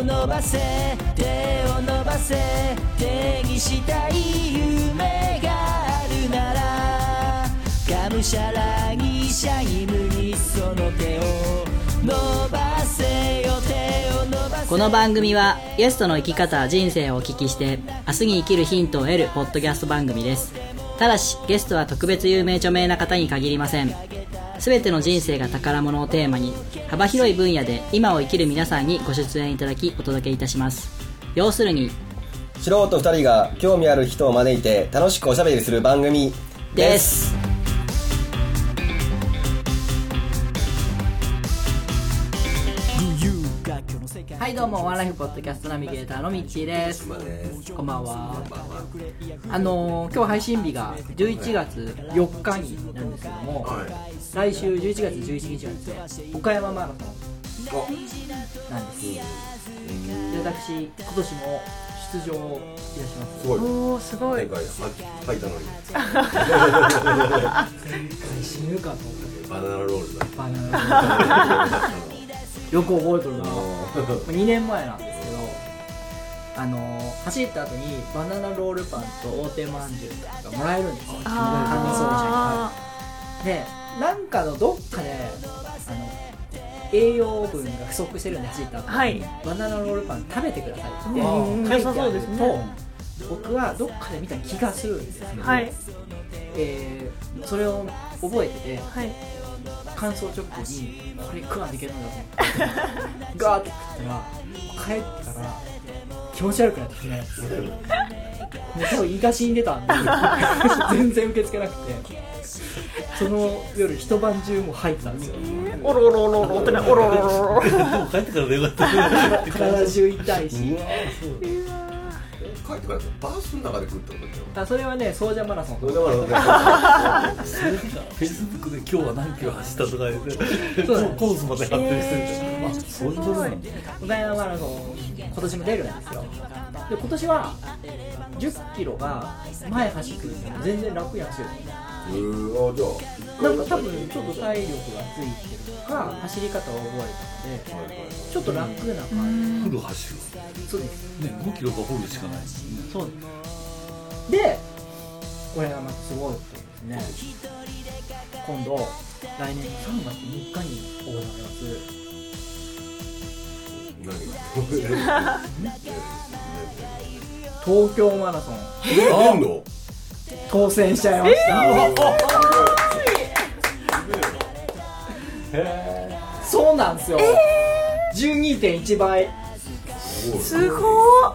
を伸ばせ手を伸ばせ手にしたい夢があるならがむしゃらにシャイムにその手を伸ばせよ手を伸ばせ。この番組はゲストの生き方人生をお聞きして明日に生きるヒントを得るポッドキャスト番組です。ただしゲストは特別有名著名な方に限りません。すべての人生が宝物をテーマに幅広い分野で今を生きる皆さんにご出演いただきお届けいたします。要するに素人2人が興味ある人を招いて楽しくおしゃべりする番組です。 はいどうもワンライフポッドキャストナビゲーターのミッチーです。こんばんは。今日配信日が11月4日になるんですけども、来週11月11日はですね岡山マラソンなんです。で私今年も出場いたします。 すごい。 おーすごい。 前回吐いたのに死ぬかと思ってバナナロールだ。 バナナロールよく覚えてるな。2年前なんですけど、走った後にバナナロールパンと大手まんじゅうがもらえるんですよ。感想者に。で、なんかのどっかで栄養分が不足してるんで走った後に、はい、バナナロールパン食べてくださいって書いてあると、僕はどっかで見た気がするんですけど、はい、それを覚えてて、はい、乾燥直後にこれ食わんでいけるんだと思ってガーって食ったら帰ってから気持ち悪くなってきてね、もう多分胃が死んでたんで全然受け付けなくて、その夜一晩中も入ってたんですよ。 おろおろおろおろってな、おろおろおろ帰ってからでよかった体中痛いし。 帰ってからバスの中で食ったことだよ。 それはね、ソージャマラソン。 それがフェイスブックで今日は何キロ走ったとか言ってコースまで発表してるじゃん。そういうことなんだ。 岡山マラソン今年も出るんですよ。で今年は10キロが前走ってるんで全然楽やんですよ。 じゃなんか多分ちょっと体力がついてるとか走り方を覚えたので、ちょっと楽な感じ。 フル走る。 そうですね、5キロがフルしかないですね。 そうです。で、これがまたすごいことですね。今度来年3月3日に行われます東京マラソン当選しちゃいました。そうなんですよ。12.1 倍。 すごー。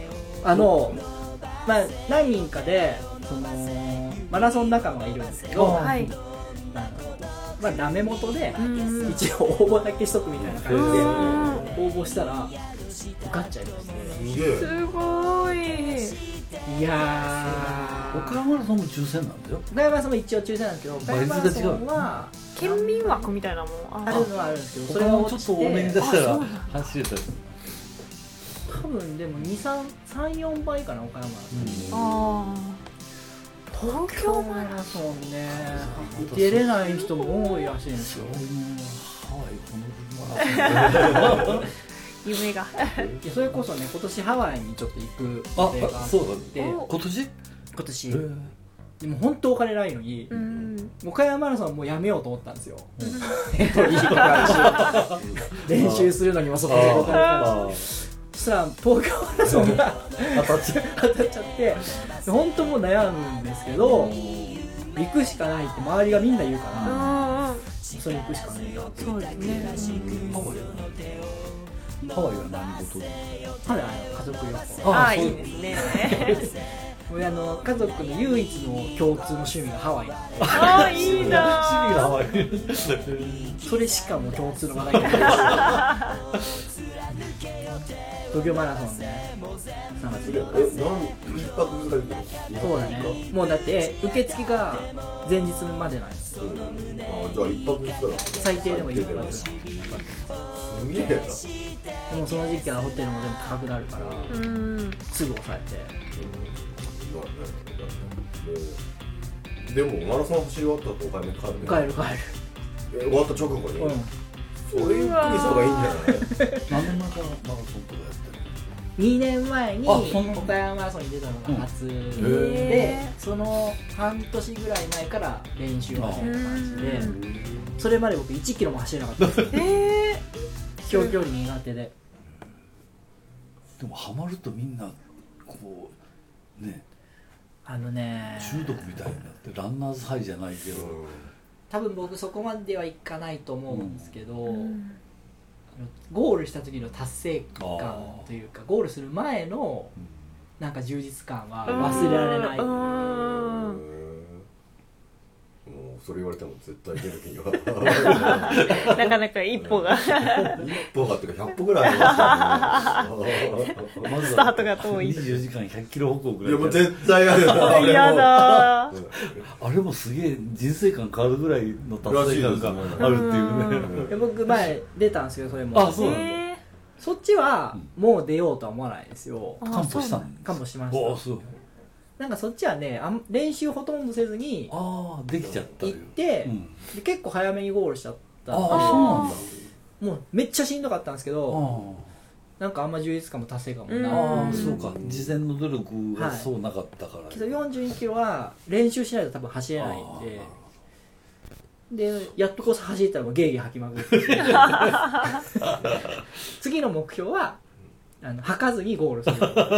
まあ何人かでそのマラソン仲間がいるんですけど、はい、まあダメ元で一応応募だけしとくみたいな感じで応募したら受かっちゃいましたね。 すごい。 いやー、 岡山マラソンも抽選なんだよ。 岡山マラソンも一応抽選なんですけど、岡山マラソンは県民枠みたいなもんあるのはあるんですけど、 それはちょっと多めに出したら走れたり。 多分でも3-4倍かな、岡山マラソン。 東京マラソンね、出れない人も多いらしいんですよ。 ハワイこの夢がそれこそね、今年ハワイにちょっと行く予定があって。 今年でも本当お金ないのに、岡山マラソンもうやめようと思ったんですよ。練習するのにもそこでお金かかるし、そしたら東京マラソンが当たっちゃって本当もう悩むんですけど、行くしかないって周りがみんな言うから、それ行くしかないなって。 そうですね。 ハワイは何事？ ハワイは家族旅行。 ああ、いいですね。 俺家族の唯一の共通の趣味がハワイなんで。 ああ、いいな。 趣味がハワイ。それしかも共通の話題がない。東京マラソンね、3月4日。 一泊2日で。 そうだね。もうだって受付が前日までなんです。 じゃあ一泊2日だ。 最低でも1泊。 すげえな。 でもその時期はホテルも全部高くなるから、すぐ抑えて。 でもマラソン走り終わった後お買い物帰る。 帰る。 終わった直後に。 それゆっくりした方がいいんじゃない？ 何年前からマラソンとかやってる 2年前にあそんな岡山マラソンに出たのが初へで、その半年ぐらい前から練習を始めた感じで、それまで僕1キロも走れなかったんですよ。長距離苦手で。 でもハマるとみんなこうね中毒みたいになってランナーズハイじゃないけど、 多分僕そこまではいかないと思うんですけど、ゴールした時の達成感というか、ゴールする前のなんか充実感は忘れられない。 もうそれ言われても絶対出る気にはなかなか一歩が一歩がっていうか100歩ぐらいありますまずスタートが遠い。 24時間100キロ歩行ぐらいいやもう絶対やだな嫌だ。 あれもすげえ人生観変わるぐらいの達成感があるっていうね。 で僕前出たんですけど、それもあ、そうなんだ。 そっちはもう出ようとは思わないですよ。 完歩したの？ 完歩しましおお、 た。 すごい。 なんかそっちはね、練習ほとんどせずにああ、できちゃったよ。 行って、 うんで結構早めにゴールしちゃったんで、 ああ、そうなんだ。 もうめっちゃしんどかったんですけど、 あなんかあんま充実感も達成感もあ、 なああ、 く、 そうか。事前の努力がそうなかったから。 けど42キロは練習しないと多分走れないんで、でやっとこそ走ったらもうゲーゲー吐きまくって次の目標は吐かずにゴールする。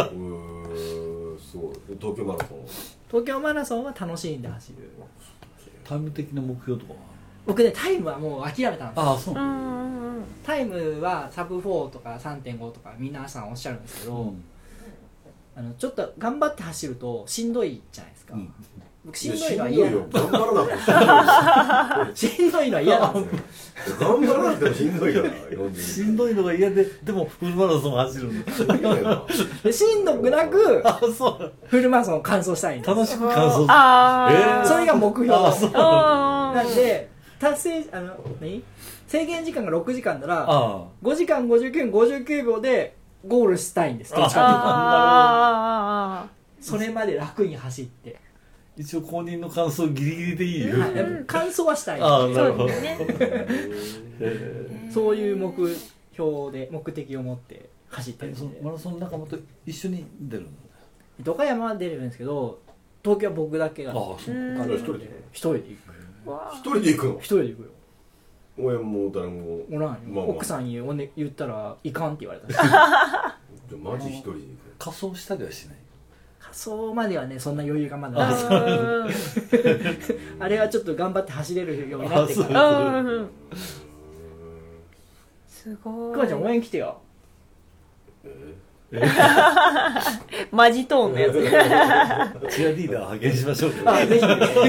そう東京マラソン東京マラソンは楽しんで走る。 タイム的な目標とかは？ 僕ね、タイムはもう諦めたんですよ。 ああ、そうなんだ。 タイムはサブ4とか 3.5 とか皆さんおっしゃるんですけど、ちょっと頑張って走るとしんどいじゃないですか。僕しんどいのは嫌なんですよ。 頑張らなくてしんどいのは嫌なんですよ。 頑張らなくてもしんどいからしんどいのが嫌で、でもフルマラソン走るんだ。 でしんどくなくあ、そう。 フルマラソンを完走したいんです。 楽しく完走。 あそれが目標。 あ。 なんで達成制限時間が6時間ならあ 5時間59分59秒でゴールしたいんです。どっちかというとあそれまで楽に走って、 一応公認の感想ギリギリでいいよ。 はい、完走はしたいんで。 ああ、なるほど。 そうですね。 そういう目標で目的を持って走ってるんで。 そのマラソン仲間と一緒に出るの？ 岡山は出れるんですけど、東京は僕だけがああ、そう。 一人で一人で行く。 一人で行くの一人で行くよ。 親も誰もおらんよ、 まあまあ奥さんに言ったらいかんって言われた。 じゃあマジ一人で行仮装したりはしない？ 仮装まではね、そんな余裕がまだない。あれはちょっと頑張って走れるようになってかあら。 すごい。 くまちゃん応援来てよ。 マジトーンのやつ。 チアリーダー派遣しましょうか。 あ、ぜひ。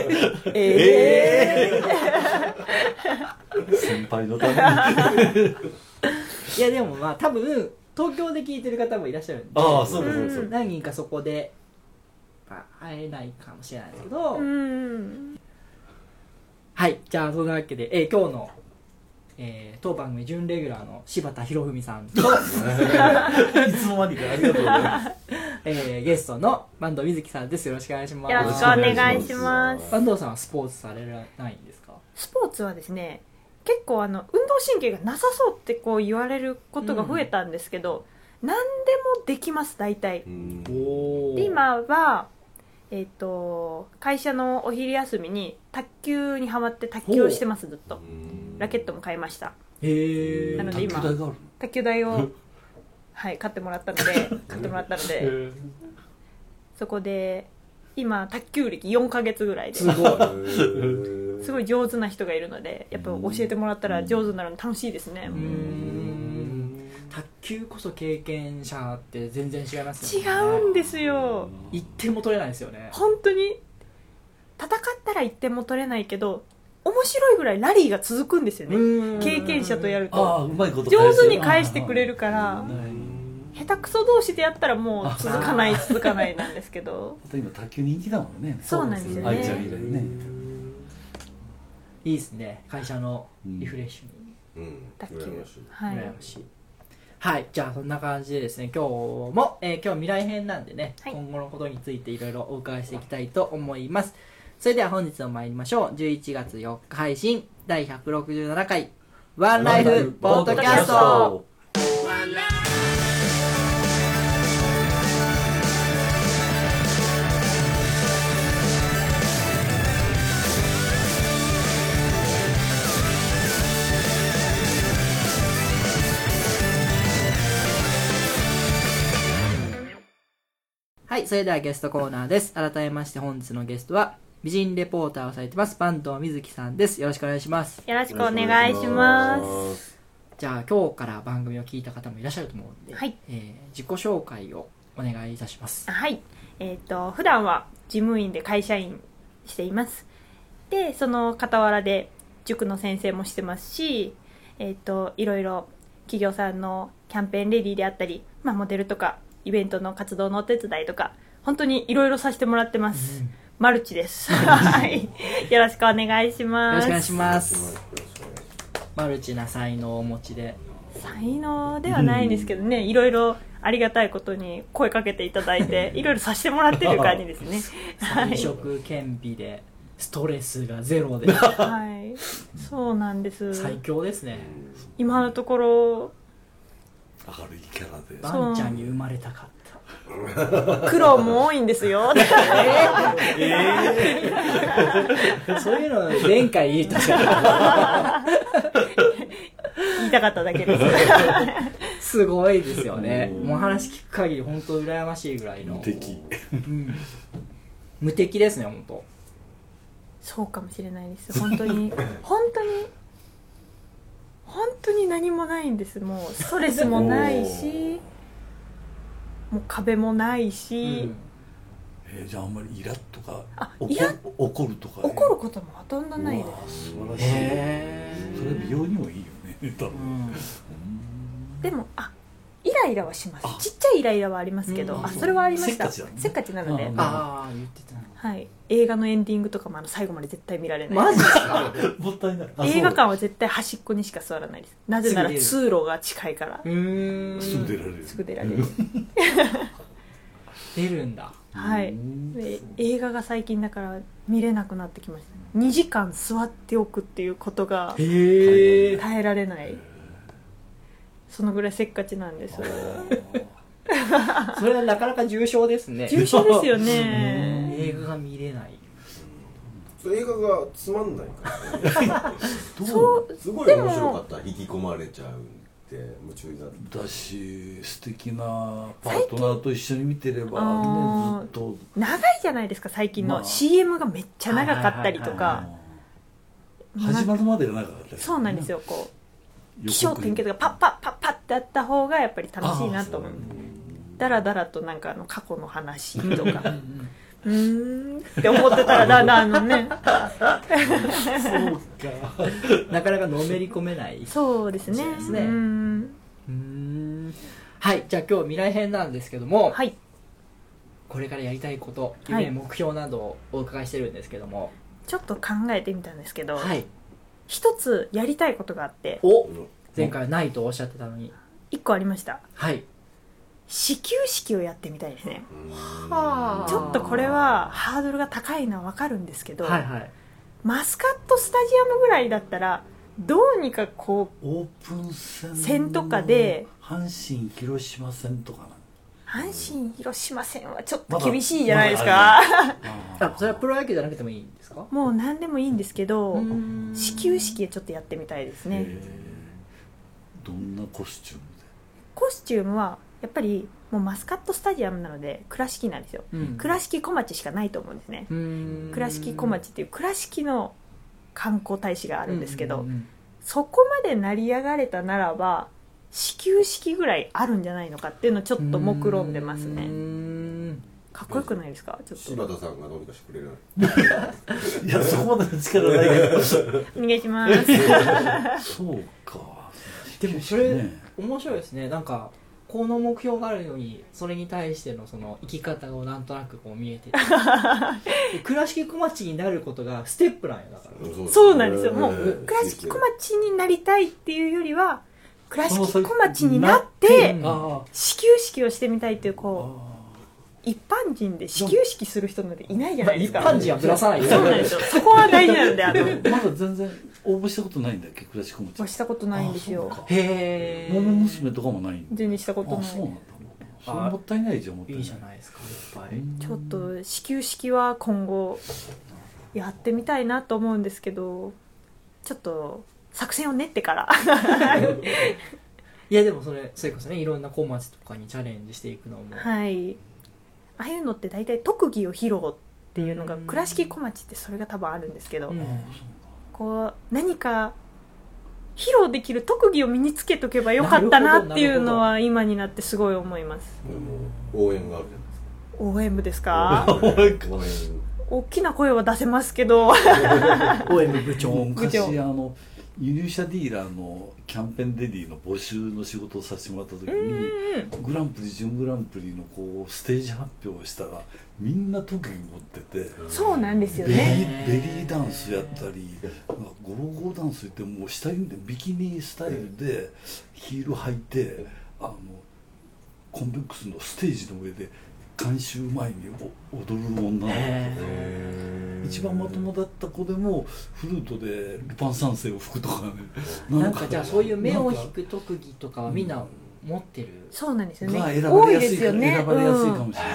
先輩のために。 いやでもまあ多分東京で聞いてる方もいらっしゃるんで、 ああ、そうかそうか。 何人かそこで、会えないかもしれないですけど、はい、じゃあそんなわけで、今日の、当番組準レギュラーの柴田博文さんといつの間にかありがとうございます。 ゲストの坂東瑞希さんです。よろしくお願いします。 よろしくお願いします。 坂東さんはスポーツされないんですか？ スポーツはですね、結構運動神経がなさそうってこう言われることが増えたんですけど、何でもできます。大体。で今は会社のお昼休みに卓球にハマって卓球をしてます。ずっとラケットも買いました。 へなので今卓球台をはい買ってもらったのでそこで今卓球歴4ヶ月ぐらいですごい上手な人がいるので、やっぱ教えてもらったら上手になるの楽しいですね。 卓球こそ経験者って全然違いますよね。 違うんですよ。 1点も取れないですよね。 本当に戦ったら1点も取れないけど面白いぐらいラリーが続くんですよね。経験者とやるとうまいこと上手に返してくれるから、下手くそ同士でやったらもう続かないなんですけど今卓球人気だもんね。 そうなんですよね。 愛ちゃん以来ね。 いいですね、会社のリフレッシュに。 卓球羨ましい。はい、じゃあそんな感じでですね、今日も、今日未来編なんでね、 はい、 今後のことについていろいろお伺いしていきたいと思います。それでは本日も参りましょう。11月4日配信第167回ワンライフポッドキャスト。はい、それではゲストコーナーです。改めまして本日のゲストは美人レポーターをされてます坂東瑞希さんです。よろしくお願いします。 よろしくお願いします。 じゃあ今日から番組を聞いた方もいらっしゃると思うので、はい、自己紹介をお願いいたします。 はい、普段は事務員で会社員しています。でその傍らで塾の先生もしてますし、いろいろ企業さんのキャンペーンレディーであったり、モデルとかイベントの活動のお手伝いとか本当にいろいろさせてもらってます、マルチですはい、よろしくお願いします。 よろしくお願いします。マルチな才能をお持ちで。 才能ではないんですけどね、いろいろありがたいことに声かけていただいていろいろさせてもらってる感じですね才色兼備でストレスがゼロではい、そうなんです。 最強ですね。 今のところ明るいキャラでバンちゃんに生まれたかった。 苦労も多いんですよそういうの前回言ったじゃん言いたかっただけですすごいですよね。もう話聞く限り本当羨ましいぐらいの無敵、 無敵ですね。本当そうかもしれないです。本当に本当に何もないんです。もうストレスもないしもう壁もないし、 じゃああんまりイラッとか怒るとか、 怒ることもほとんどないです。 素晴らしい。それ美容にもいいよね多分、 でもイライラはします。ちっちゃいイライラはありますけど、それはありました。せっかちなので。 言ってた。 はい、映画のエンディングとかも最後まで絶対見られない。 マジですかもったいない。 映画館は絶対端っこにしか座らないです。なぜなら通路が近いから。 すぐ出られる。 すぐ出られる出るんだ。 はい。映画が最近だから見れなくなってきました。2時間座っておくっていうことが耐えられない。そのぐらいせっかちなんですそれはなかなか重症ですね。 重症ですよね映画が見れない。 映画がつまんないからすごい面白かった。引き込まれちゃうんで夢中になるだし、素敵なパートナーと一緒に見てればね、ずっと長いじゃないですか。最近の CM がめっちゃ長かったりとか、 始まるまでが長かったり。 そうなんですよ。こう起承転結がパッパッパッパッってあった方がやっぱり楽しいなと思う。だらだらとなんか過去の話とかって思ってたらだんだんねそうかなかなかのめり込めない。 そうですね。 はい、じゃあ今日未来編なんですけども、 はい、 これからやりたいこと、夢、目標などをお伺いしてるんですけども、 ちょっと考えてみたんですけど、 はい、 一つやりたいことがあって。 前回はないとおっしゃってたのに一個ありました。 はい、 始球式をやってみたいですね。ちょっとこれはハードルが高いのは分かるんですけど、マスカットスタジアムぐらいだったらどうにかこうオープン戦とかで阪神広島戦とかな。 阪神広島戦はちょっと厳しいじゃないですか。 それはプロ野球じゃなくてもいいんですか？ もう何でもいいんですけど、始球式でちょっとやってみたいですね。 どんなコスチュームで？ コスチュームはやっぱりもうマスカットスタジアムなので倉敷なんですよ、倉敷小町しかないと思うんですね。倉敷小町っていう倉敷の観光大使があるんですけど、そこまで成り上がれたならば始球式ぐらいあるんじゃないのかっていうのをちょっと目論んでますね。かっこよくないですか？ちょっと柴田さんがどうにかしてくれるいやそこまでの力ないけどお願いしますそうか。 でもそれ面白いですね。なんかこの目標があるようにそれに対してのその生き方をなんとなくこう見えてて倉敷小町になることがステップなんや。だからそうなんですよ。もう倉敷小町になりたいっていうよりは倉敷小町になって始球式をしてみたいっていう、こう一般人で始球式する人なんていないじゃないですか。 一般人はずらさないよ。 そうなんですよ。そこは大事なんでまだ全然応募したことないんだっけ、クラシック持ちはしたことないんですよ。 へえ。 桃娘とかもないんだ。 全然したことない。 あ、そうなんだ。それもったいないじゃん、もったいない。 いいじゃないですか、いっぱい。 ちょっと始球式は今後やってみたいなと思うんですけど、ちょっと作戦を練ってからいやでもそれこそね、いろんな小町とかにチャレンジしていくのも、 はい、ああいうのって大体特技を披露っていうのが、倉敷小町ってそれが多分あるんですけど、こう何か披露できる特技を身につけとけばよかったなっていうのは今になってすごい思います。 応援があるじゃないですか。 応援部ですか？ 応援大きな声は出せますけど応援部部長。 昔輸入車ディーラーのキャンペーンレディーの募集の仕事をさせてもらった時に、グランプリ準グランプリのこうステージ発表をしたらみんな特技持ってて、 そうなんですよね。 ベリーダンスやったり、ゴロゴロダンスってもう下にビキニスタイルでヒール履いて、コンベックスのステージの上で監修前に踊る女の子とか、一番まともだった子でもフルートでルパン三世を吹くとかね。 なんかじゃあそういう目を引く特技とかはみんな持ってる。 そうなんですよね。 選ば多いれやすいですよね。 選ばれやすいかもしれない。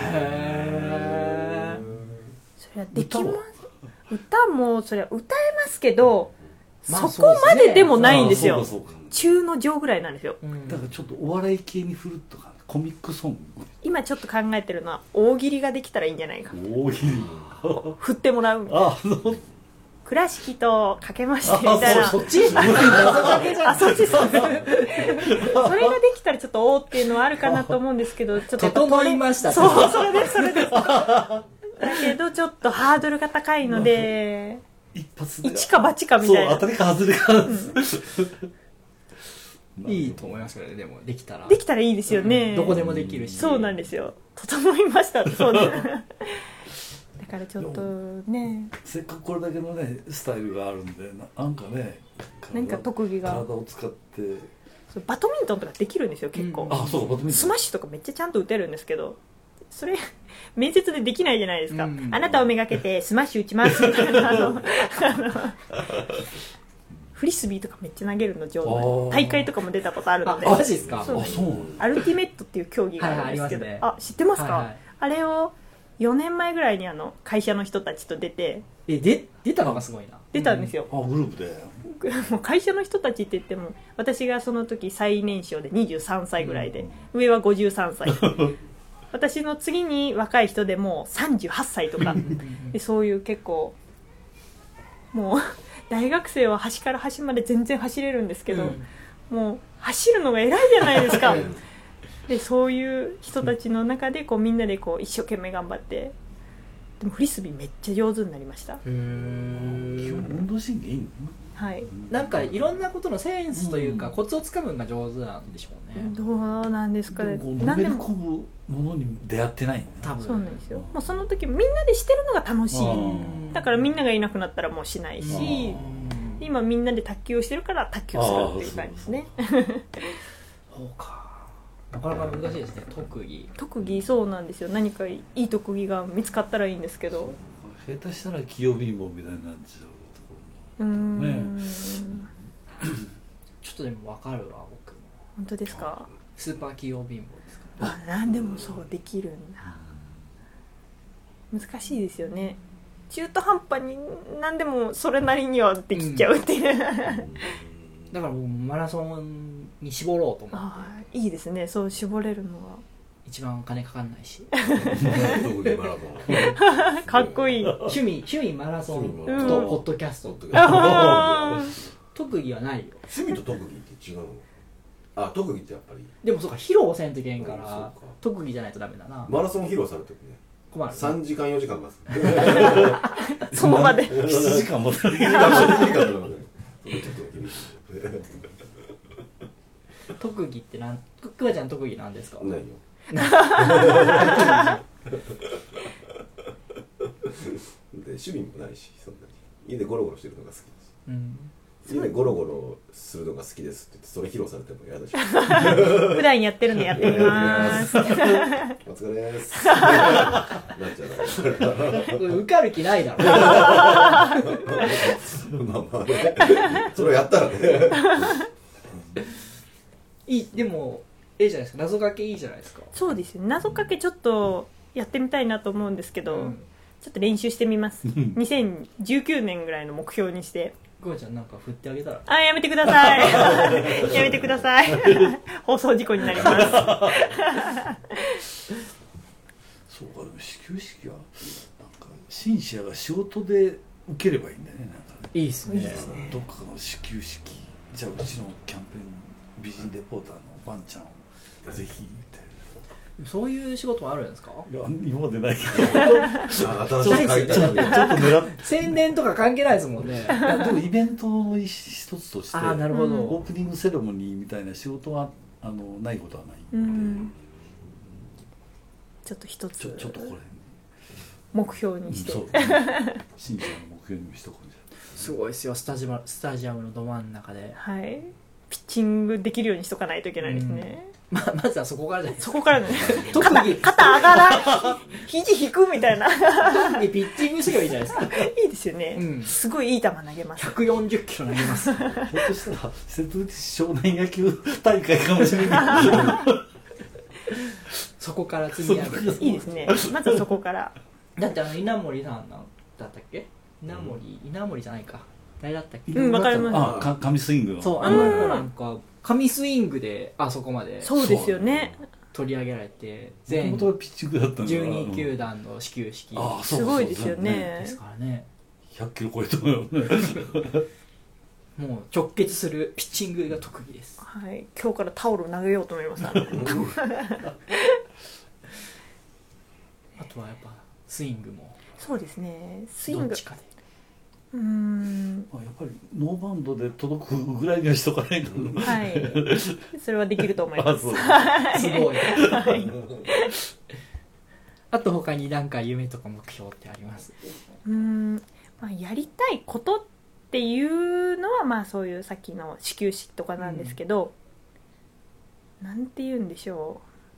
それはできます。歌もそれは歌えますけど、 まあそこまででもないんですよ。 そうか中の上ぐらいなんですよ。 だからちょっとお笑い系に振るとかコミックソング。 今ちょっと考えてるのは大喜利ができたらいいんじゃないか。 大喜利。 振ってもらう。 あ、 倉敷とかけましてみたいな。 そっちあ、そっちそう。それができたらちょっとおーっていうのはあるかなと思うんですけど、ちょっと整いました。 そう、それです、それです。だけどちょっとハードルが高いので、 一発で一か八かみたいな。 そう、当たりか外れか。 いいと思いますけどね、でもできたら。 できたらいいですよね。 どこでもできるし。 そうなんですよ。整いました。そうです。だからちょっとね、 せっかくこれだけのねスタイルがあるんで、なんかね、 なんか特技が体を使って、 そうバドミントンとかできるんですよ結構。 あ、そう、バドミントンスマッシュとかめっちゃちゃんと打てるんですけど、それ面接でできないじゃないですか。あなたをめがけてスマッシュ打ちますみたいなフリスビーとかめっちゃ投げるの上手な大会とかも出たことあるので。 マジですか？ そう、 そうアルティメットっていう競技があるんですけど、 はいはい、 あ、知ってますか？ はいはい、 あれを4年前ぐらいに会社の人たちと出て、 出たのがすごいな。 出たんですよ。 グループで。 もう会社の人たちって言っても、私がその時最年少で23歳ぐらいで、上は53歳私の次に若い人でもう38歳とかで、そういう結構もう大学生は端から端まで全然走れるんですけど、もう走るのが偉いじゃないですかで、そういう人たちの中でこうみんなでこう一生懸命頑張って、でもフリスビーめっちゃ上手になりました。 基本運動神経いいの？ はい、 なんかいろんなことのセンスというか、コツをつかむのが上手なんでしょうね。 どうなんですかね。 のめり込むものに出会ってないんだ。 多分そうなんですよ。もうその時みんなでしてるのが楽しい。だからみんながいなくなったらもうしないし、今みんなで卓球をしてるから卓球をするっていう感じですね。 そうか。なかなか難しいですね、特技。 特技、そうなんですよ。何かいい特技が見つかったらいいんですけど、 下手したら器用貧乏みたいになっちゃうところもね。 ちょっとでも分かるわ、僕も。 本当ですか？ スーパー器用貧乏ですか？ あ、なんでもそうできるんだ。難しいですよね。中途半端に何でもそれなりにはできちゃうっていう、 だから僕マラソンに絞ろうと思って。 あ、いいですね、そう絞れるのは。 一番お金かかんないし特技マラソンかっこいい。 趣味マラソンとポッドキャスト。特技はないよ。 趣味と特技って違うの？あ、特技ってやっぱり。 でもそうか、披露せんといけんかそうらか特技じゃないとダメだな。 マラソン披露されてるね。 困る。 3時間4時間待つ。 その場で 7時間もたない。 特技ってくわちゃん特技なんですか？ ないよ。で趣味もないし、そんなに家でゴロゴロしてるのが好きです。 家でゴロゴロするのが好きですって言ってそれ披露されても嫌でしょ。 普段やってるのやってみますお疲れですなっちゃう受かる気ないだろ。 まあまあねそれをやったらねいい、でもいいじゃないですか、謎かけいいじゃないですか。 そうですね、謎かけちょっとやってみたいなと思うんですけど、 うん、 ちょっと練習してみます。2019年ぐらいの目標にして。 ゴーちゃんなんか振ってあげたら。 あ、やめてくださいやめてください放送事故になりますそうか、でも始球式はなんかシンシアが仕事で受ければいいんだよね。なんかね、 いいっすね。 どっかの始球式、じゃあうちのキャンペーン美人レポーターのバンちゃんをぜひみたいな。 そういう仕事もあるんですか？ いや今までないけど新しい会社ちょっと狙って宣伝とか関係ないですもんね。 でもイベントの一つとしてあ、なるほど。 オープニングセレモニーみたいな仕事はないことはないんで、 ちょっと一つちょっとこれ目標にして、 そう新社の目標にもしとこうじゃすごいですよ、スタジアムのど真ん中で。 はい、ピッチングできるようにしとかないといけないですね。 まずはそこからじゃないですか。 そこからね特技肩上がら肘引くみたいな特技ピッチングすればいいじゃないですか。 いいですよね、 うんすごいいい球投げます。 140キロ投げます。 ひょっとしたら瀬戸内少年野球大会かもしれないそこから積み上げて。 いいですね、まずそこからだって稲森さんだったっけ？稲森じゃないか、誰だったっけ？ わかります。 神スイングのそう、なんか神スイングであそこまでそうですよね、 取り上げられて、 全元はピッチングだったんだから 12球団の始球式すごいですよねですからね。 100キロ超えたのよねもう直結するピッチングが特技です。 はい、今日からタオル投げようと思いますあとはやっぱスイングもそうですね、スイングどっちかで。 やっぱりノーバウンドで届くぐらいにはしとかないとはいそれはできると思います。 すごい、あと他に何か夢とか目標ってあります？ やりたいことっていうのはそういうさっきの始球式とかなんですけど、なんて言うんでしょ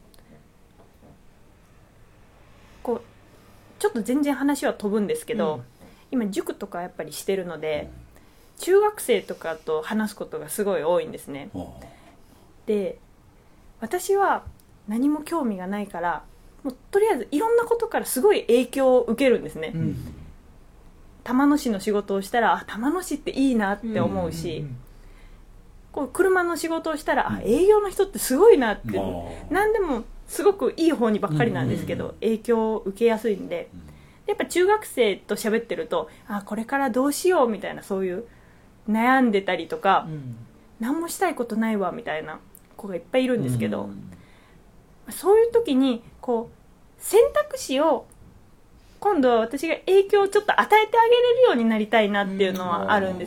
う、こうちょっと全然話は飛ぶんですけど、今塾とかやっぱりしてるので、中学生とかと話すことがすごい多いんですね。で、私は何も興味がないから、もうとりあえずいろんなことからすごい影響を受けるんですね。玉野市の仕事をしたら、玉野市っていいなって思うし、こう車の仕事をしたら、営業の人ってすごいなって、何でもすごくいい方にばっかりなんですけど、影響を受けやすいんで、やっぱ中学生と喋ってると、これからどうしようみたいな、そういう悩んでたりとか、何もしたいことないわみたいな子がいっぱいいるんですけど、そういう時にこう選択肢を今度は私が影響をちょっと与えてあげれるようになりたいなっていうのはあるんです。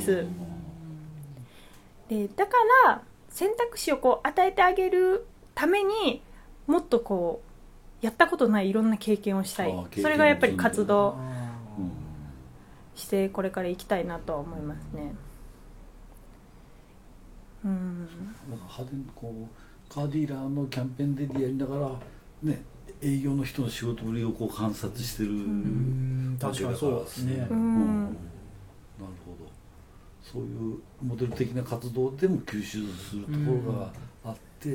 で、だから選択肢をこう与えてあげるためにもっとこうやったことないいろんな経験をしたい。それがやっぱり活動してこれから行きたいなとは思いますね。 派手にこうカーディーラーのキャンペーンデリやりながらね、営業の人の仕事ぶりをこう観察してるわけだから、 確かにそうですね。 なるほど、そういうモデル的な活動でも吸収するところがあって、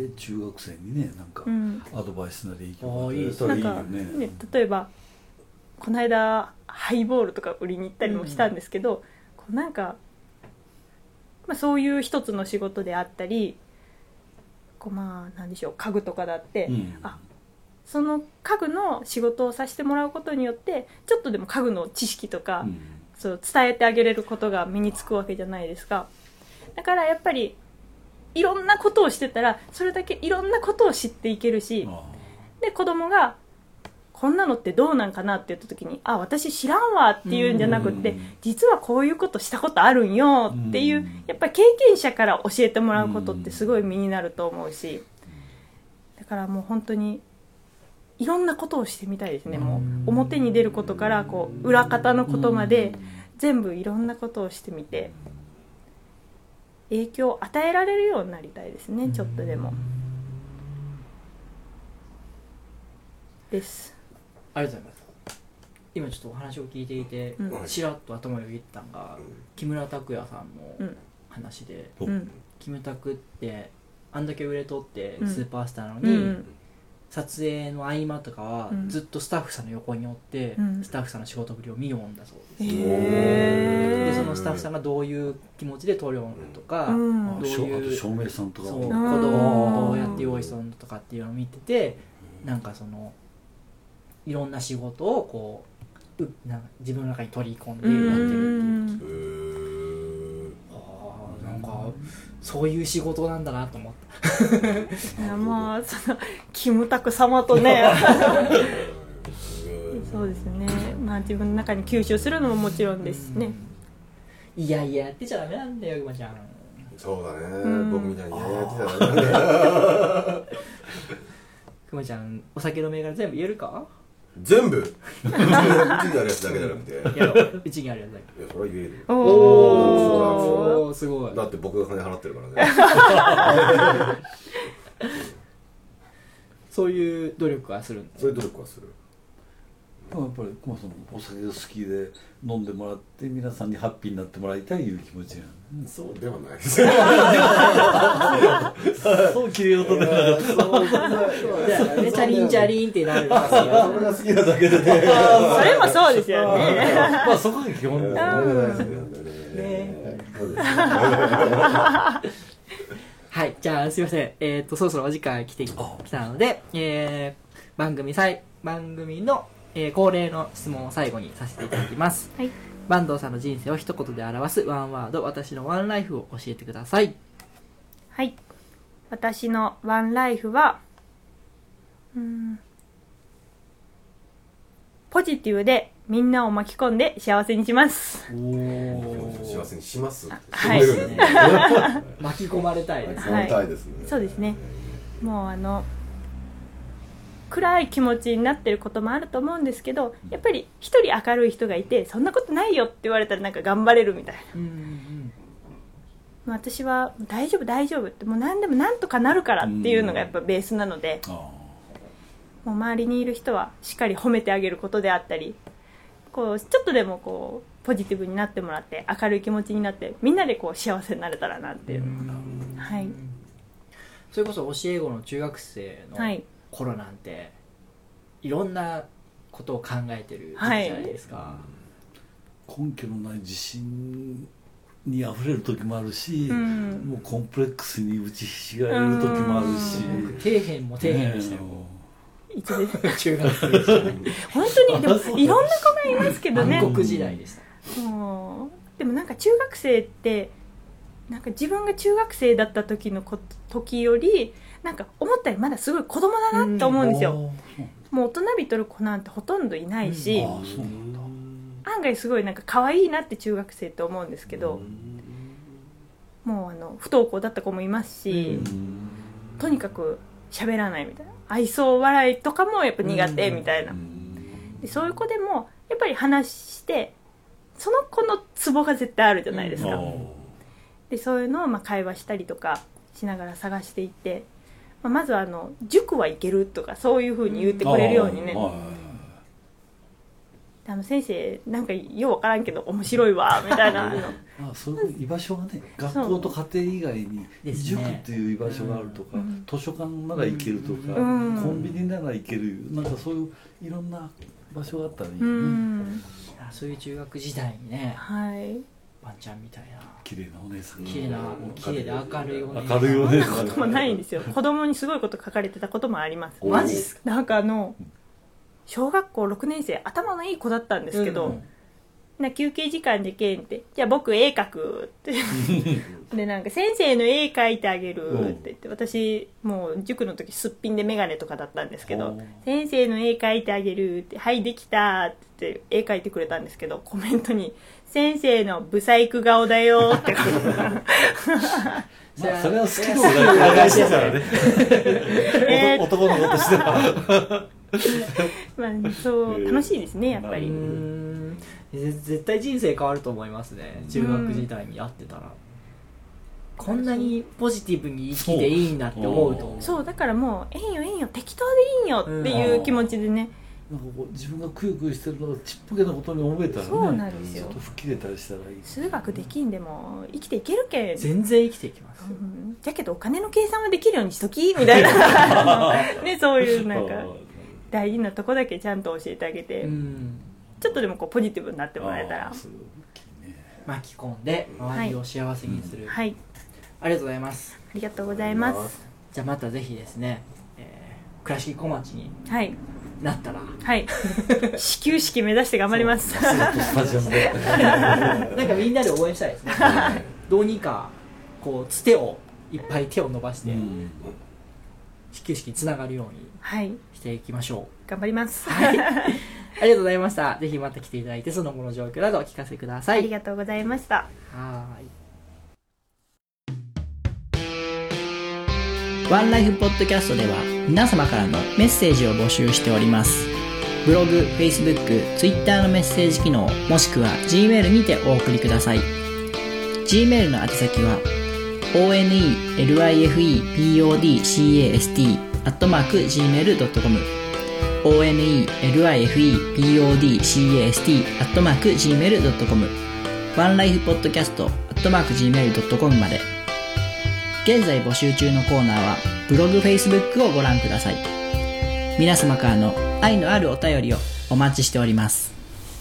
中学生にね、なんかアドバイスなり影響が与えたらいいよね。 例えばこの間ハイボールとか売りに行ったりもしたんですけど、こうなんか、そういう一つの仕事であったり、こうなんでしょう、家具とかだって、その家具の仕事をさせてもらうことによってちょっとでも家具の知識とか、そう伝えてあげれることが身につくわけじゃないですか。だからやっぱりいろんなことをしてたらそれだけいろんなことを知っていけるし、で子供がこんなのってどうなんかなって言った時に、私知らんわっていうんじゃなくって、実はこういうことしたことあるんよっていう、やっぱり経験者から教えてもらうことってすごい身になると思うし、だからもう本当にいろんなことをしてみたいですね。もう表に出ることからこう裏方のことまで全部いろんなことをしてみて、 影響を与えられるようになりたいですね、ちょっとでもです。 ありがとうございます。今ちょっとお話を聞いていて、ちらっと頭をよぎったのが、木村拓哉さんの話で、キムタクってあんだけ売れとってスーパースターなのに、撮影の合間とかはずっとスタッフさんの横におって、スタッフさんの仕事ぶりを見ようんだそうです。でそのスタッフさんがどういう気持ちで撮るのとか、どういう照明さんとか小道をどうやって用意するのとかっていうのを見てて、なんかそのいろんな仕事をこうなんか自分の中に取り込んでやってるっていう。なんかそういう仕事なんだなと思った。 いやまあそのキムタク様とねそうですね、まあ自分の中に吸収するのももちろんですしね。 いやいややってちゃダメなんだよ、くまちゃん。 そうだね、僕みたいにやってたらダメだね。 くまちゃんお酒の銘柄全部言えるか？ 全部うちにあるやつだけじゃなくてやろう、うちにあるやつだけ。 いやそれは言えるよ。 おーすごい。 だって僕が金払ってるからね。 そういう努力はするんだ。 そういう努力はする。 やっぱりそのお酒が好きで飲んでもらって皆さんにハッピーになってもらいたいいう気持ちが、 そうではないです。 そう綺麗事でなかった。 そうだよね、チャリンチャリンってなるから。 それが好きなだけでね。 それもそうですよね。 まあそこが基本ですね。 はい、じゃあすいません、そろそろお時間来たので、番組の、恒例の質問を最後にさせていただきます。 はい。 坂東さんの人生を一言で表すワンワード、私のワンライフを教えてください。 はい。私のワンライフは、ポジティブでみんなを巻き込んで幸せにします。 幸せにします。 はい。 巻き込まれたい。 巻き込まれたいですね。 そうですね。もう暗い気持ちになってることもあると思うんですけど、やっぱり一人明るい人がいて、そんなことないよって言われたらなんか頑張れるみたいな。私は大丈夫大丈夫って、もう何でもなんとかなるからっていうのがやっぱベースなので、もう周りにいる人はしっかり褒めてあげることであったり、こうちょっとでもこうポジティブになってもらって明るい気持ちになってみんなでこう幸せになれたらなっていう。はい。 それこそ教え子の中学生の頃なんて、いろんなことを考えてる時期じゃないですか。 根拠のない自信にあふれる時もあるし、もうコンプレックスに打ちひしがれる時もあるし、 底辺も底辺でしたよ。 いつです中学生でしたね。 本当にでもいろんな子がいますけどね。 暗黒時代でした。 でもなんか中学生ってなんか自分が中学生だった時よりなんか思ったよりまだすごい子供だなって思うんですよ。もう大人びとる子なんてほとんどいないし、案外すごいなんか可愛いなって中学生って思うんですけど、もう不登校だった子もいますし、とにかく喋らないみたいな、愛想笑いとかもやっぱ苦手みたいな、でそういう子でもやっぱり話してその子のツボが絶対あるじゃないですか。でそういうのを会話したりとかしながら探していって、まずは塾は行けるとかそういう風に言ってくれるようにね、先生なんかようわからんけど面白いわみたいなそういう居場所がね、学校と家庭以外に塾っていう居場所があるとか、図書館なら行けるとか、コンビニなら行ける、なんかそういういろんな場所があったらいいね。 そういう中学時代にね、ワンちゃんみたいな綺麗なお姉さん、 綺麗で明るいお姉さん、明るいお姉さん、 そんなこともないんですよ。子供にすごいこと書かれてたこともあります。 マジっすか？ なんか小学校6年生頭のいい子だったんですけど、休憩時間でけんって、じゃあ僕絵描くってでなんか先生の絵描いてあげるって言って、私もう塾の時すっぴんで眼鏡とかだったんですけど、先生の絵描いてあげるって、はいできたって言って絵描いてくれたんですけど、コメントに先生のブサイク顔だよって書いてそれは好きの裏返しですからね。男の子としてはそう楽しいですね、やっぱり。 絶対人生変わると思いますね、中学時代に会ってたら。 こんなにポジティブに生きていいんだって思うと。 そうだからもうええんよええんよ適当でいいんよっていう気持ちでね、 なんかこう自分がくよくよしてるのがちっぽけなことに思えたらね、 そうなんですよちょっと吹っ切れたりしたらいい。 数学できんでも生きていけるけん、 全然生きていきます。 だけどお金の計算はできるようにしときみたいなね、そういうなんか大事なとこだけちゃんと教えてあげて、ちょっとでもこうポジティブになってもらえたら、 巻き込んで周りを幸せにする。 はい、 ありがとうございます。 ありがとうございます。 じゃあまたぜひですね、倉敷小町にはいなったら、 はい、始球式目指して頑張ります。 なんかみんなで応援したいですね。どうにかこうつてをいっぱい手を伸ばして始球式につながるようにしていきましょう。 頑張ります。 はい、ありがとうございました。ぜひまた来ていただいてその後の状況などお聞かせください。 ありがとうございました。 はい。ワンライフポッドキャストでは皆様からのメッセージを募集しております。ブログ、Facebook、Twitter のメッセージ機能もしくは Gmail にてお送りください。Gmail の宛先は onelifepodcast@gmail.com onelifepodcast@gmail.com ワンライフポッドキャスト@gmail.com まで。現在募集中のコーナーはブログ、Facebook をご覧ください。皆様からの愛のあるお便りをお待ちしております。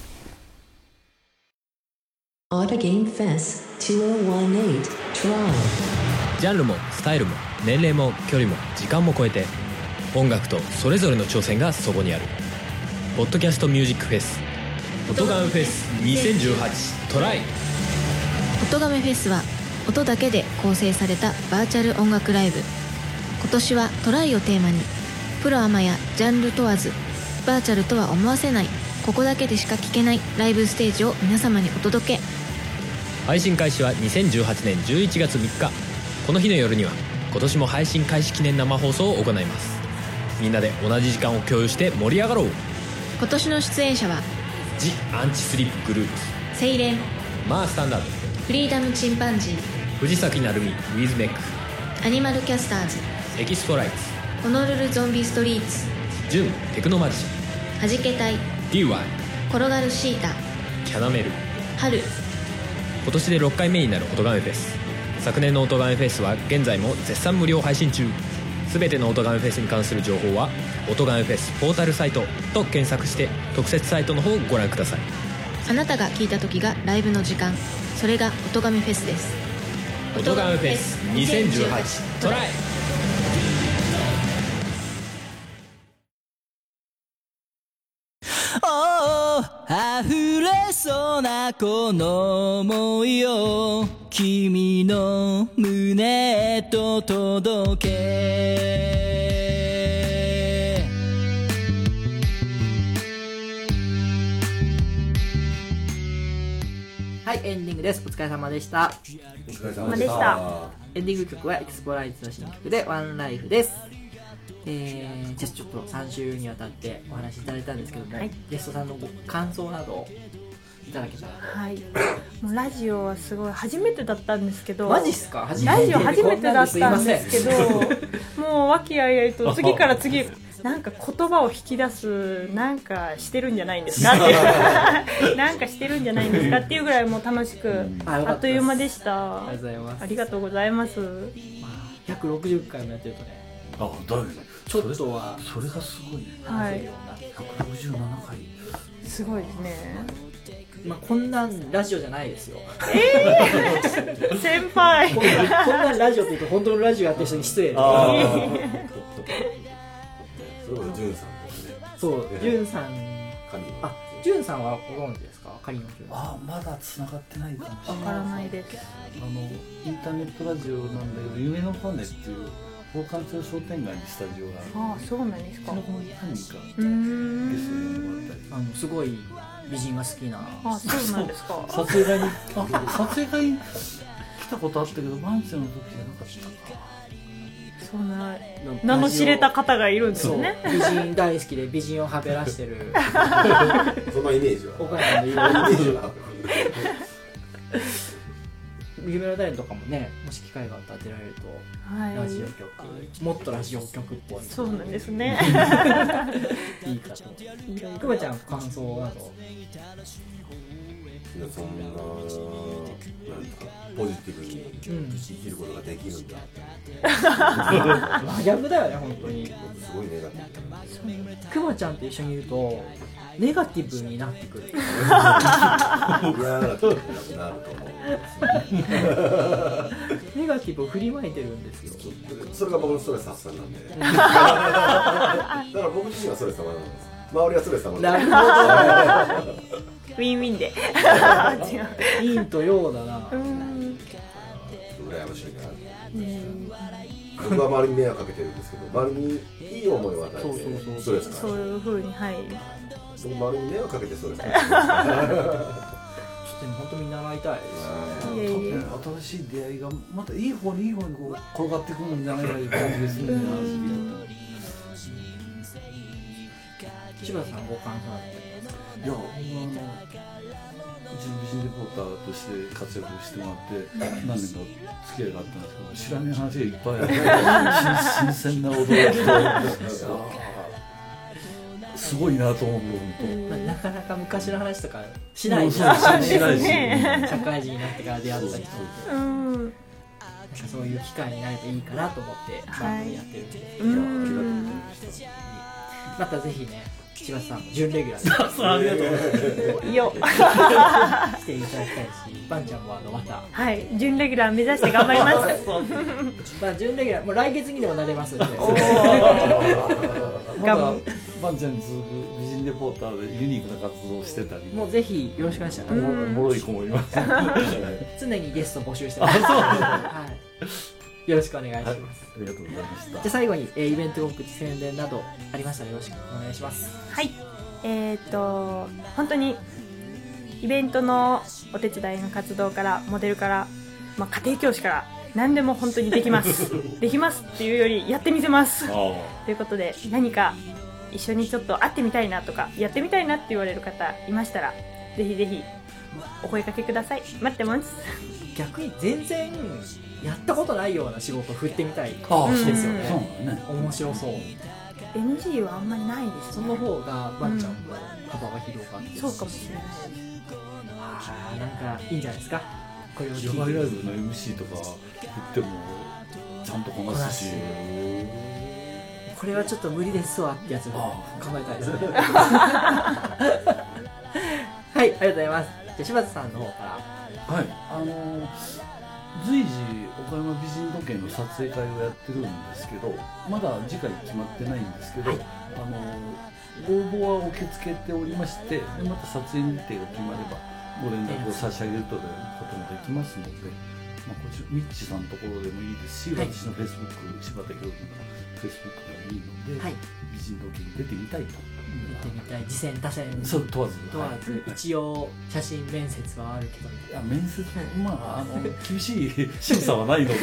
Auto Game Fest 2018 Toronto。 ジャンルもスタイルも年齢も距離も時間も超えて音楽とそれぞれの挑戦がそこにある。ポッドキャストミュージックフェス音ガメフェス2018トライ。 音ガメフェスは音だけで構成されたバーチャル音楽ライブ。今年はトライをテーマにプロアマやジャンル問わずバーチャルとは思わせないここだけでしか聴けないライブステージを皆様にお届け。 配信開始は2018年11月3日。この日の夜には今年も配信開始記念生放送を行います。みんなで同じ時間を共有して盛り上がろう。 今年の出演者はジ・アンチスリップグループス、 セイレン、 マースタンダード、 フリーダムチンパンジー、 藤崎鳴海、ウィズメック、 アニマルキャスターズ、 エキストライツ、 ホノルルゾンビストリーツ、 ジュン、テクノマジシはじけたい、 ャン、DY、 転がるシータ、 キャナメル。 春。 今年で6回目になる音ガメフェス。昨年の音ガメフェスは現在も絶賛無料配信中。すべての音ガメフェスに関する情報は音ガメフェスポータルサイトと検索して特設サイトの方をご覧ください。 あなたが聴いた時がライブの時間、それが音ガメフェスです。 音ガメフェス2018トライ。 溢れそうなこの想いを君の胸へと届け。はい、エンディングです。お疲れ様でした。 お疲れ様でした。 エンディング曲はエクスプロライズの新曲でワンライフです。じゃあちょっと3週にわたってお話しいただいたんですけども、ゲストさんのご感想などをいただけたらと。 はい、もうラジオはすごい初めてだったんですけど。 マジっすか？ ラジオ初めてだったんですけど、もう和気あいあいと次から次なんか言葉を引き出すなんかしてるんじゃないんですかってなんかしてるんじゃないんですかっていうぐらいもう楽しくあっという間でした。 ありがとうございます。 ありがとうございます。 160回もやってるとね、 あ、だよね。 ちょっとはそれがすごいね。 はい、 167回すごいですね。 まあこんなんラジオじゃないですよ。 先輩こんなんラジオって言うと本当のラジオやってる人に失礼です。 それこそジュンさんとかね。 そう、ジュンさん。あ、ジュンさんはご存知ですか？カリンのジュン。 あ、まだ繋がってないかもしれない。 わからないです。 インターネットラジオなんだけど、夢の種っていう宝冠町商店街にスタジオがある。 あ、そうなんですか。 その子の何人かゲストに呼んでもらったり。 すごい美人が好きな。 あ、そうなんですか。 撮影会に来たことあったけど、マンションの時じゃなかったか。 そんな名の知れた方がいるんですよね。 美人大好きで美人をはべらしてるそのイメージは岡山のいろんなイメージは夢の種とかもね、もし機会があったら当てられると、 はい、 ラジオ局、もっとラジオ局っぽい。 そうなんですね。 いいかと。くまちゃん感想など。 いや、そんな、なんですか、ポジティブに生きることができるんだ。 真逆だよね、本当に。 すごいネガティブ。 くまちゃんと一緒にいるとネガティブになってくる。 嫌な気持ちになると思う。 ネガティブを振りまいてるんですよ。 それが僕のストレス発散なんで。だから僕自身はストレス溜まらないんです。周りはストレス溜まらない。 なるほど。 ウィンウィンで。 陰と陽だな。 羨ましいな。僕は周りに迷惑かけてるんですけど、周りにいい思いを与えてストレスが。 そういう風に、はい。 僕周りに迷惑かけてストレスが。 ちょっと本当に習いたいです。 新しい出会いがまたいい方にいい方にこう転がってくるんじゃないかという感じですね。 柴田さんご感想あって。 いや、僕は美人レポーターとして活躍してもらって何年か付き合いがあったんですけど、知らない話がいっぱいあって新鮮な驚きとすごいなと思う。 なかなか昔の話とかしないですね。 社会人になってから出会った人って、なんかそういう機会になればいいかなと思って番組やってるんですけど、またぜひね、柴田さん準レギュラーでありがとうございますよ来ていただきたいし、バンちゃんもまたはい準レギュラー目指して頑張ります。 まあ準レギュラーもう来月にでもなれますんで。 まだバンちゃんに続く美人レポーターでユニークな活動をしてたり、 もうぜひよろしくお願いします。 おもろい子もいます。 常にゲスト募集してます。はい、よろしくお願いします。 ありがとうございました。 じゃあ最後に、イベント告知宣伝などありましたらよろしくお願いします。 はい、本当にイベントのお手伝いの活動からモデルから、まあ、家庭教師から何でも本当にできますできますっていうよりやってみせますということで、何か一緒にちょっと会ってみたいなとかやってみたいなって言われる方いましたら、ぜひぜひお声掛けください。待ってます。 逆に全然やったことないような仕事を振ってみたいですよね。面白そう。 NG はあんまりないです、 その方がバンちゃんも幅が広がって、 そうかもしれない。 なんかいいんじゃないですか。これを野外ライブの MC とか言ってもちゃんとこなすし、 これはちょっと無理ですわってやつを考えたいですね。はい、ありがとうございます。じゃあ柴田さんの方から。 はい、随時岡山美人時計の撮影会をやってるんですけど、まだ次回決まってないんですけど、ご応募は受け付けておりまして、でまた撮影日程が決まればご連絡を差し上げるということもできますので、まあ、こちらミッチさんのところでもいいですし、私のフェイスブック、柴田博樹のフェイスブックでもいいので、美人時計に出てみたいと。 出てみたい、次戦他戦そう問わず、 一応写真面接はあるけど、 面接まあ厳しい審査はないので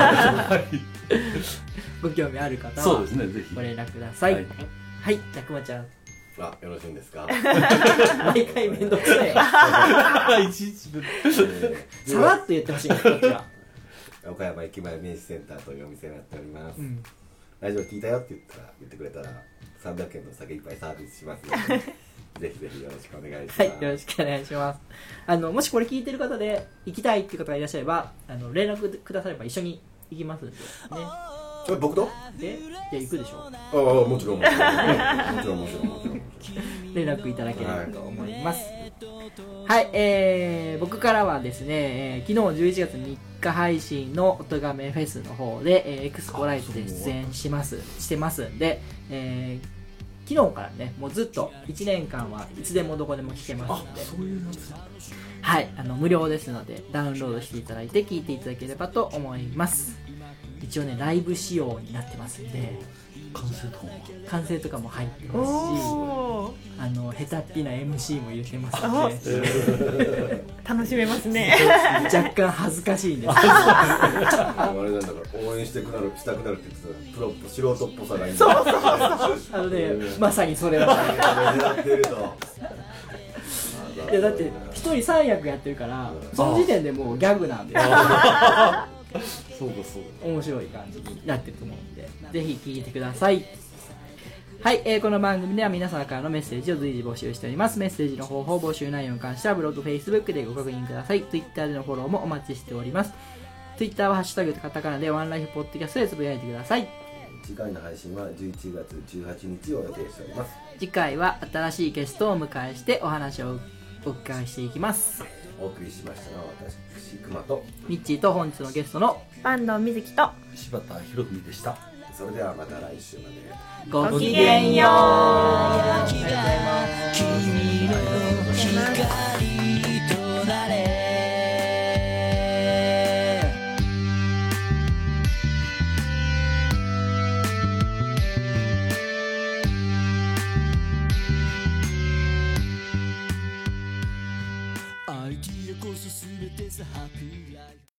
ご興味ある方はそうですね、ぜひご連絡ください。はい、じゃあくまちゃん、 よろしいんですか。 毎回めんどくさいよ。 いちいちさらっと言ってほしい。こっちは岡山駅前名刺センターというお店になっております。ラジオ聞いたよって言ってくれたら300円の酒いっぱいサービスしますのでぜひぜひよろしくお願いします。 はい、よろしくお願いします。もしこれ聞いてる方で行きたいっていう方がいらっしゃれば、連絡くだされば一緒に行きますんでね。 僕と？ じゃあ行くでしょ。 もちろんもちろん連絡いただければと思います。はい、僕からはですね、昨日11月3日配信のおとがめフェスの方で、エクスポライズで出演してますんで、昨日からね、もうずっと1年間はいつでもどこでも聞けますので、 そういうやつ。 はい、無料ですのでダウンロードしていただいて聞いていただければと思います。一応ね、ライブ仕様になってますんで、完成とかも入ってますし、下手っぴな MC も入れてますので楽しめますね。 若干恥ずかしいんですあれなんだから応援したくなるって言ってた素人っぽさがいいんだ。 まさにそれだった。 狙ってると。 いやだって一人3役やってるからその時点でもうギャグなんでそうかそう面白い感じになってると思うんでぜひ聞いてください。はい、この番組では皆様からのメッセージを随時募集しております。メッセージの方法、募集内容に関してはブログ、Facebook でご確認ください。Twitter でのフォローもお待ちしております。Twitter はハッシュタグカタカナでワンライフポッドキャストでつぶやいてください。 次回の配信は11月18日を予定しております。 次回は新しいゲストをお迎えしてお話をお伺いしていきます。 お送りしましたのは私熊とミッチーと本日のゲストの坂東瑞希と柴田博文でした。 それではまた来週まで。 ごきげんよう。ありがとうございます。 君の光となれアイディアこそ全てさハッピーライフ。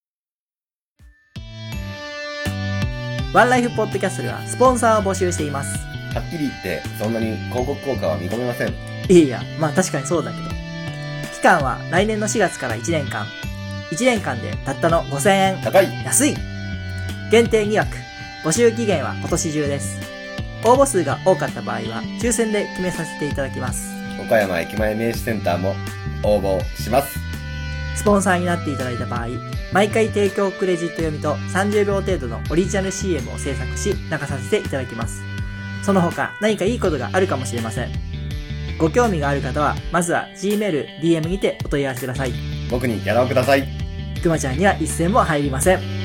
ワンライフポッドキャストではスポンサーを募集しています。 はっきり言ってそんなに広告効果は見込めません。 いやまあ確かにそうだけど、期間は来年の4月から1年間。1年間でたったの5000円。 高い。 安い。限定2枠。募集期限は今年中です。応募数が多かった場合は抽選で決めさせていただきます。 岡山駅前名刺センターも応募します。 スポンサーになっていただいた場合、毎回提供クレジット読みと30秒程度のオリジナル CM を制作し流させていただきます。その他何かいいことがあるかもしれません。ご興味がある方はまずは Gmail、DM にてお問い合わせください。 僕にギャラをください。 くまちゃんには一銭も入りません。